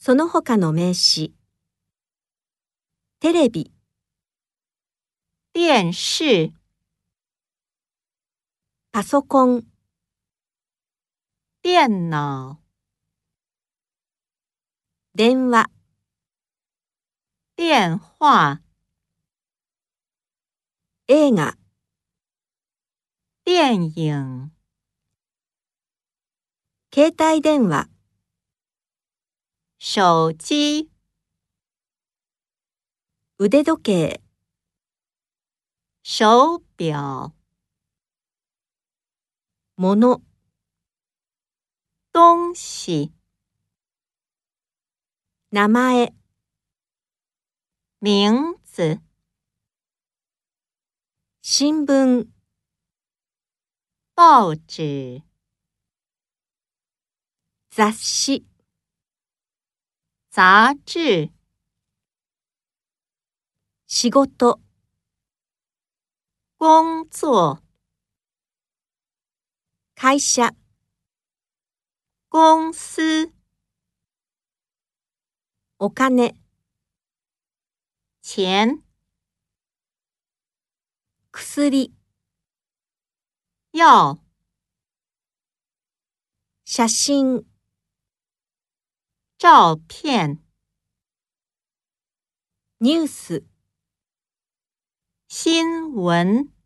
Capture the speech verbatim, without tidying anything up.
その他の名詞。テレビ、 電視、 パソコン、 電脑、 電話、 電話、 映画、 電影、 携帯電話、 手機、 腕時計、 手表、 もの、 東西、 名前、 名字、 新聞、 報紙、 雑誌、 杂誌、 仕事、 工作、 会社、 公司、 お金、 錢、 薬、 藥、 写真、 照片、 ニュース。 新聞。